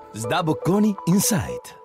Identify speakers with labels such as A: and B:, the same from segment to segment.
A: Sdabocconi Insight.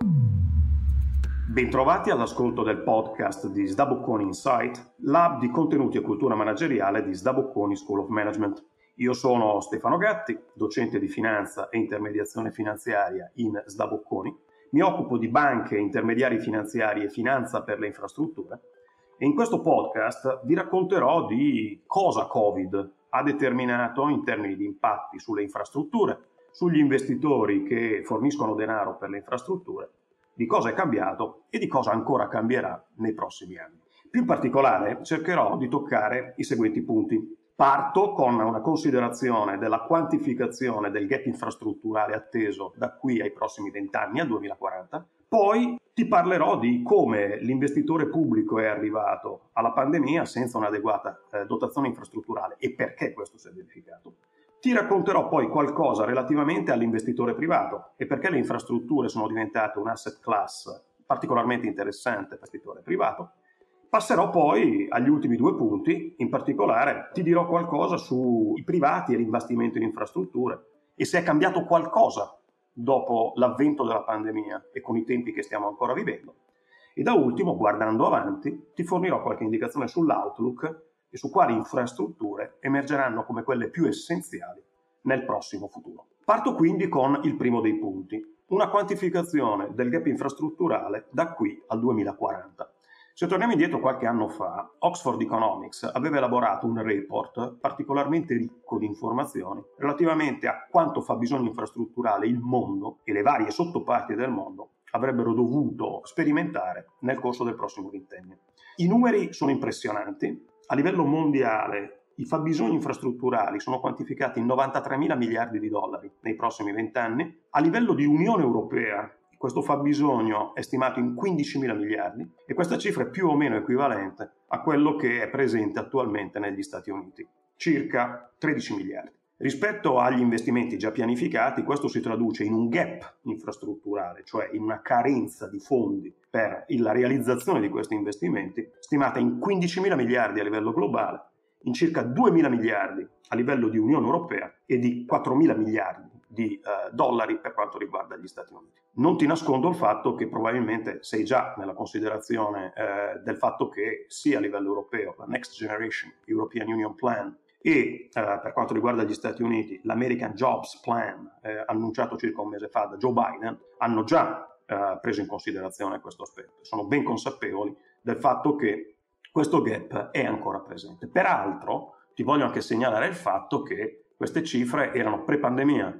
B: Bentrovati all'ascolto del podcast di Sdabocconi Insight, lab di contenuti e cultura manageriale di Sdabocconi School of Management. Io sono Stefano Gatti, docente di finanza e intermediazione finanziaria in Sdabocconi. Mi occupo di banche, intermediari finanziari e finanza per le infrastrutture. E in questo podcast vi racconterò di cosa Covid ha determinato in termini di impatti sulle infrastrutture, sugli investitori che forniscono denaro per le infrastrutture, di cosa è cambiato e di cosa ancora cambierà nei prossimi anni. Più in particolare cercherò di toccare i seguenti punti. Parto con una considerazione della quantificazione del gap infrastrutturale atteso da qui ai prossimi 20 anni, al 2040. Poi ti parlerò di come l'investitore pubblico è arrivato alla pandemia senza un'adeguata dotazione infrastrutturale e perché questo si è verificato. Ti racconterò poi qualcosa relativamente all'investitore privato e perché le infrastrutture sono diventate un asset class particolarmente interessante per l'investitore privato. Passerò poi agli ultimi due punti, in particolare ti dirò qualcosa sui privati e l'investimento in infrastrutture e se è cambiato qualcosa dopo l'avvento della pandemia e con i tempi che stiamo ancora vivendo. E da ultimo, guardando avanti, ti fornirò qualche indicazione sull'outlook e su quali infrastrutture emergeranno come quelle più essenziali nel prossimo futuro. Parto quindi con il primo dei punti, una quantificazione del gap infrastrutturale da qui al 2040. Se torniamo indietro qualche anno fa, Oxford Economics aveva elaborato un report particolarmente ricco di informazioni relativamente a quanto fabbisogno infrastrutturale il mondo e le varie sottoparti del mondo avrebbero dovuto sperimentare nel corso del prossimo ventennio. I numeri sono impressionanti. A livello mondiale i fabbisogni infrastrutturali sono quantificati in 93 mila miliardi di dollari nei prossimi 20 anni. A livello di Unione Europea questo fabbisogno è stimato in 15 mila miliardi e questa cifra è più o meno equivalente a quello che è presente attualmente negli Stati Uniti, circa 13 miliardi. Rispetto agli investimenti già pianificati, questo si traduce in un gap infrastrutturale, cioè in una carenza di fondi per la realizzazione di questi investimenti, stimata in 15 mila miliardi a livello globale, in circa 2 mila miliardi a livello di Unione Europea e di 4 mila miliardi di dollari per quanto riguarda gli Stati Uniti. Non ti nascondo il fatto che probabilmente sei già nella considerazione del fatto che sia a livello europeo la Next Generation European Union Plan e per quanto riguarda gli Stati Uniti l'American Jobs Plan annunciato circa un mese fa da Joe Biden hanno già preso in considerazione questo aspetto. Sono ben consapevoli del fatto che questo gap è ancora presente. Peraltro ti voglio anche segnalare il fatto che queste cifre erano pre-pandemia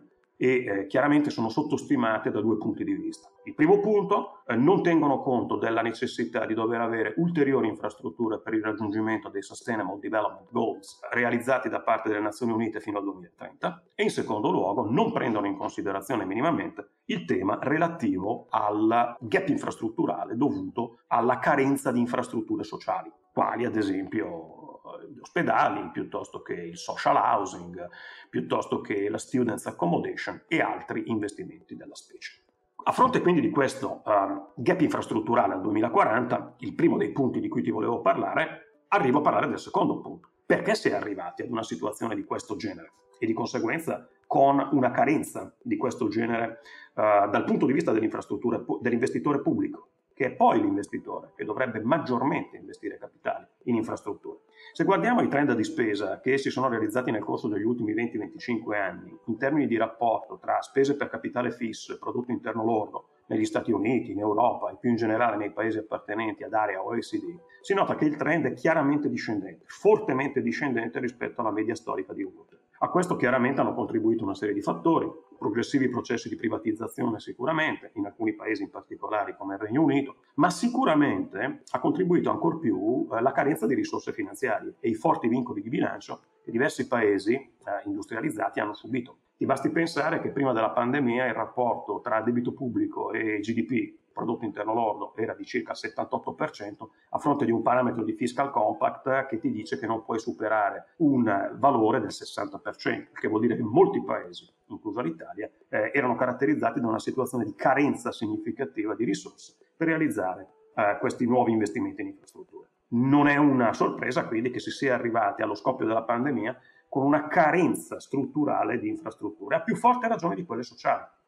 B: e chiaramente sono sottostimate da due punti di vista. Il primo punto, non tengono conto della necessità di dover avere ulteriori infrastrutture per il raggiungimento dei Sustainable Development Goals realizzati da parte delle Nazioni Unite fino al 2030 e in secondo luogo non prendono in considerazione minimamente il tema relativo al gap infrastrutturale dovuto alla carenza di infrastrutture sociali, quali ad esempio gli ospedali, piuttosto che il social housing, piuttosto che la students accommodation e altri investimenti della specie. A fronte quindi di questo gap infrastrutturale al 2040, il primo dei punti di cui ti volevo parlare, arrivo a parlare del secondo punto. Perché si è arrivati ad una situazione di questo genere e di conseguenza con una carenza di questo genere dal punto di vista dell'investitore pubblico, che è poi l'investitore che dovrebbe maggiormente investire capitali in infrastrutture. Se guardiamo i trend di spesa che si sono realizzati nel corso degli ultimi 20-25 anni, in termini di rapporto tra spese per capitale fisso e prodotto interno lordo negli Stati Uniti, in Europa e più in generale nei paesi appartenenti ad area OECD, si nota che il trend è chiaramente discendente, fortemente discendente rispetto alla media storica di Wood. A questo chiaramente hanno contribuito una serie di fattori, progressivi processi di privatizzazione sicuramente, in alcuni paesi in particolare come il Regno Unito, ma sicuramente ha contribuito ancor più la carenza di risorse finanziarie e i forti vincoli di bilancio che diversi paesi industrializzati hanno subito. Ti basti pensare che prima della pandemia il rapporto tra debito pubblico e GDP, prodotto interno lordo, era di circa il 78%, a fronte di un parametro di fiscal compact che ti dice che non puoi superare un valore del 60%, il che vuol dire che molti paesi, inclusa l'Italia, erano caratterizzati da una situazione di carenza significativa di risorse per realizzare questi nuovi investimenti in infrastrutture. Non è una sorpresa quindi che si sia arrivati allo scoppio della pandemia con una carenza strutturale di infrastrutture, a più forte ragione di quelle sociali.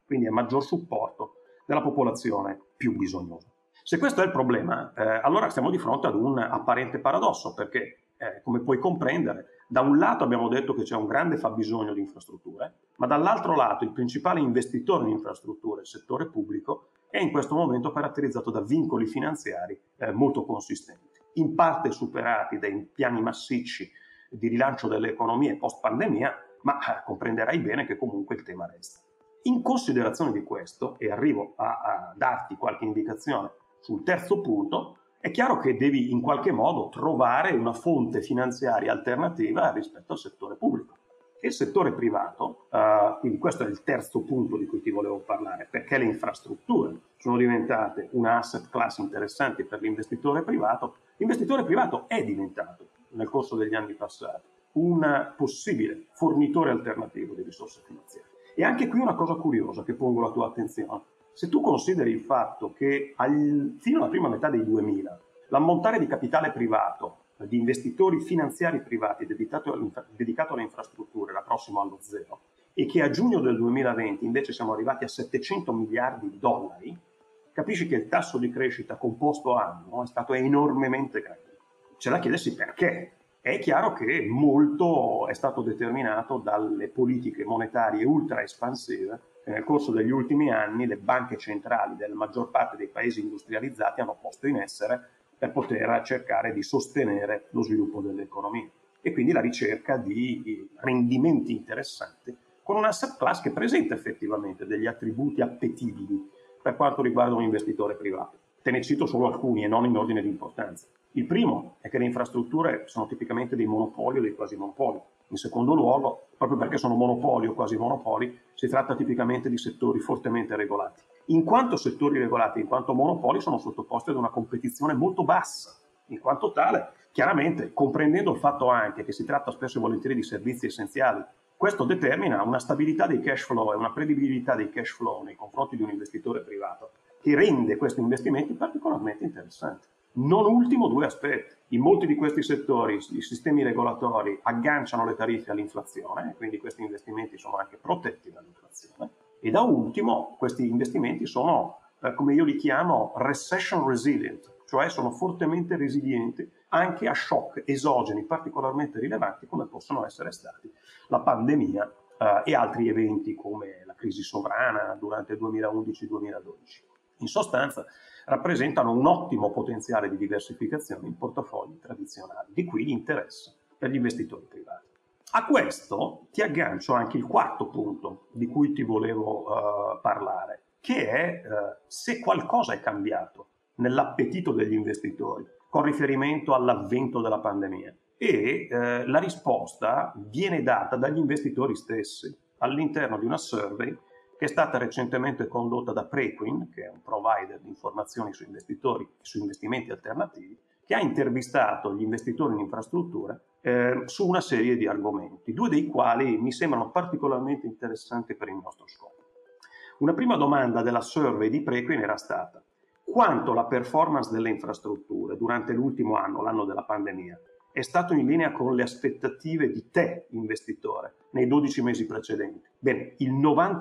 B: quindi a maggior supporto della popolazione più bisognosa. Se questo è il problema, allora siamo di fronte ad un apparente paradosso, perché come puoi comprendere, da un lato abbiamo detto che c'è un grande fabbisogno di infrastrutture, ma dall'altro lato il principale investitore in infrastrutture, il settore pubblico, è in questo momento caratterizzato da vincoli finanziari molto consistenti, in parte superati dai piani massicci di rilancio delle economie post-pandemia, ma comprenderai bene che comunque il tema resta. In considerazione di questo, e arrivo a darti qualche indicazione sul terzo punto, è chiaro che devi in qualche modo trovare una fonte finanziaria alternativa rispetto al settore pubblico. E il settore privato, quindi questo è il terzo punto di cui ti volevo parlare, perché le infrastrutture sono diventate una asset class interessante per l'investitore privato. L'investitore privato è diventato, nel corso degli anni passati, un possibile fornitore alternativo di risorse finanziarie. E anche qui una cosa curiosa che pongo alla tua attenzione. Se tu consideri il fatto che fino alla prima metà dei 2000 l'ammontare di capitale privato di investitori finanziari privati dedicato alle infrastrutture era prossimo allo zero e che a giugno del 2020 invece siamo arrivati a 700 miliardi di dollari, capisci che il tasso di crescita composto annuo è stato enormemente grande. C'è da chiedersi perché. È chiaro che molto è stato determinato dalle politiche monetarie ultra espansive che nel corso degli ultimi anni le banche centrali della maggior parte dei paesi industrializzati hanno posto in essere per poter cercare di sostenere lo sviluppo dell'economia e quindi la ricerca di rendimenti interessanti con un asset class che presenta effettivamente degli attributi appetibili per quanto riguarda un investitore privato. Te ne cito solo alcuni e non in ordine di importanza. Il primo è che le infrastrutture sono tipicamente dei monopoli o dei quasi monopoli. In secondo luogo, proprio perché sono monopoli o quasi monopoli, si tratta tipicamente di settori fortemente regolati. In quanto settori regolati, in quanto monopoli, sono sottoposti ad una competizione molto bassa. In quanto tale, chiaramente, comprendendo il fatto anche che si tratta spesso e volentieri di servizi essenziali, questo determina una stabilità dei cash flow e una prevedibilità dei cash flow nei confronti di un investitore privato che rende questi investimenti particolarmente interessanti. Non ultimo due aspetti. In molti di questi settori i sistemi regolatori agganciano le tariffe all'inflazione e quindi questi investimenti sono anche protetti dall'inflazione. E da ultimo questi investimenti sono, come io li chiamo, recession resilient, cioè sono fortemente resilienti anche a shock esogeni particolarmente rilevanti come possono essere stati la pandemia e altri eventi come la crisi sovrana durante il 2011-2012. In sostanza rappresentano un ottimo potenziale di diversificazione in portafogli tradizionali, di qui l'interesse per gli investitori privati. A questo ti aggancio anche il quarto punto di cui ti volevo parlare, che è se qualcosa è cambiato nell'appetito degli investitori con riferimento all'avvento della pandemia. E la risposta viene data dagli investitori stessi all'interno di una survey che è stata recentemente condotta da Preqin, che è un provider di informazioni su investitori e su investimenti alternativi, che ha intervistato gli investitori in infrastrutture su una serie di argomenti, due dei quali mi sembrano particolarmente interessanti per il nostro scopo. Una prima domanda della survey di Preqin era stata: quanto la performance delle infrastrutture durante l'ultimo anno, l'anno della pandemia, è stato in linea con le aspettative di te, investitore, nei 12 mesi precedenti? Bene, il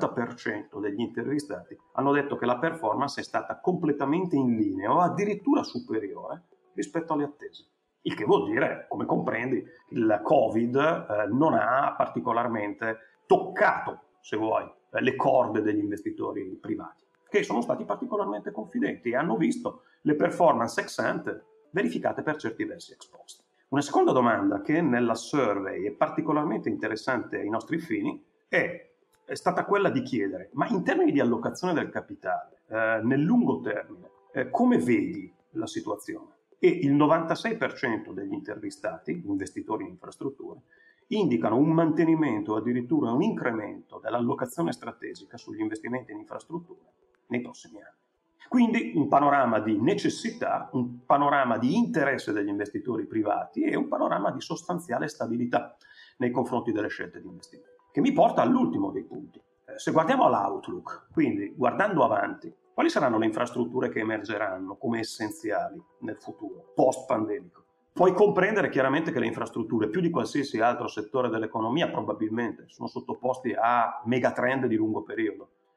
B: 90% degli intervistati hanno detto che la performance è stata completamente in linea o addirittura superiore rispetto alle attese. Il che vuol dire, come comprendi, il Covid non ha particolarmente toccato, se vuoi, le corde degli investitori privati, che sono stati particolarmente confidenti e hanno visto le performance ex ante verificate per certi versi ex post. Una seconda domanda che nella survey è particolarmente interessante ai nostri fini è stata quella di chiedere: ma in termini di allocazione del capitale, nel lungo termine, come vedi la situazione? E il 96% degli intervistati, investitori in infrastrutture, indicano un mantenimento o addirittura un incremento dell'allocazione strategica sugli investimenti in infrastrutture nei prossimi anni. Quindi un panorama di necessità, un panorama di interesse degli investitori privati e un panorama di sostanziale stabilità nei confronti delle scelte di investimento. Che mi porta all'ultimo dei punti. Se guardiamo all'outlook, quindi guardando avanti, quali saranno le infrastrutture che emergeranno come essenziali nel futuro, post-pandemico? Puoi comprendere chiaramente che le infrastrutture, più di qualsiasi altro settore dell'economia, probabilmente sono sottoposti a megatrend di lungo periodo.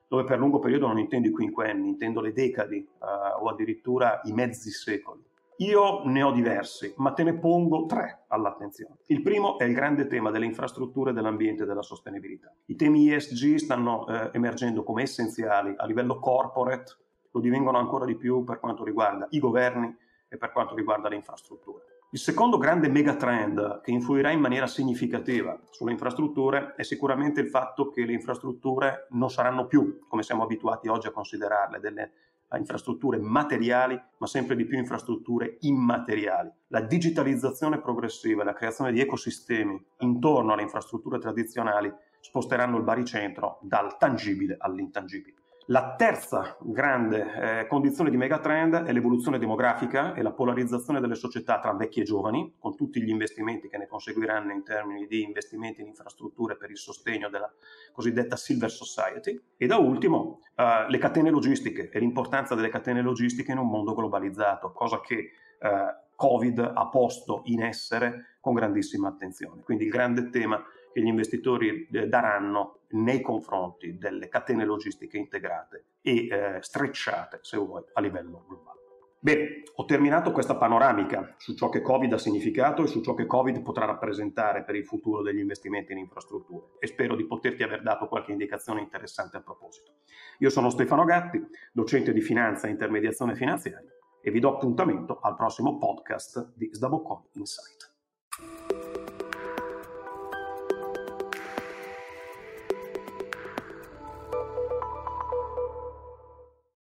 B: dove per lungo periodo non intendo i quinquenni, intendo le decadi o addirittura i mezzi secoli. Io ne ho diversi, ma te ne pongo 3 all'attenzione. Il primo è il grande tema delle infrastrutture, dell'ambiente e della sostenibilità. I temi ESG stanno emergendo come essenziali a livello corporate, lo divengono ancora di più per quanto riguarda i governi e per quanto riguarda le infrastrutture. Il secondo grande megatrend che influirà in maniera significativa sulle infrastrutture è sicuramente il fatto che le infrastrutture non saranno più, come siamo abituati oggi a considerarle, delle infrastrutture materiali, ma sempre di più infrastrutture immateriali. La digitalizzazione progressiva e la creazione di ecosistemi intorno alle infrastrutture tradizionali sposteranno il baricentro dal tangibile all'intangibile. La terza grande condizione di megatrend è l'evoluzione demografica e la polarizzazione delle società tra vecchi e giovani, con tutti gli investimenti che ne conseguiranno in termini di investimenti in infrastrutture per il sostegno della cosiddetta Silver Society. E da ultimo le catene logistiche e l'importanza delle catene logistiche in un mondo globalizzato, cosa che Covid ha posto in essere con grandissima attenzione. Quindi il grande tema che gli investitori daranno nei confronti delle catene logistiche integrate e strecciate, se vuoi, a livello globale. Bene, ho terminato questa panoramica su ciò che Covid ha significato e su ciò che Covid potrà rappresentare per il futuro degli investimenti in infrastrutture e spero di poterti aver dato qualche indicazione interessante a proposito. Io sono Stefano Gatti, docente di finanza e intermediazione finanziaria e vi do appuntamento al prossimo podcast di Sdabo Coin Insight.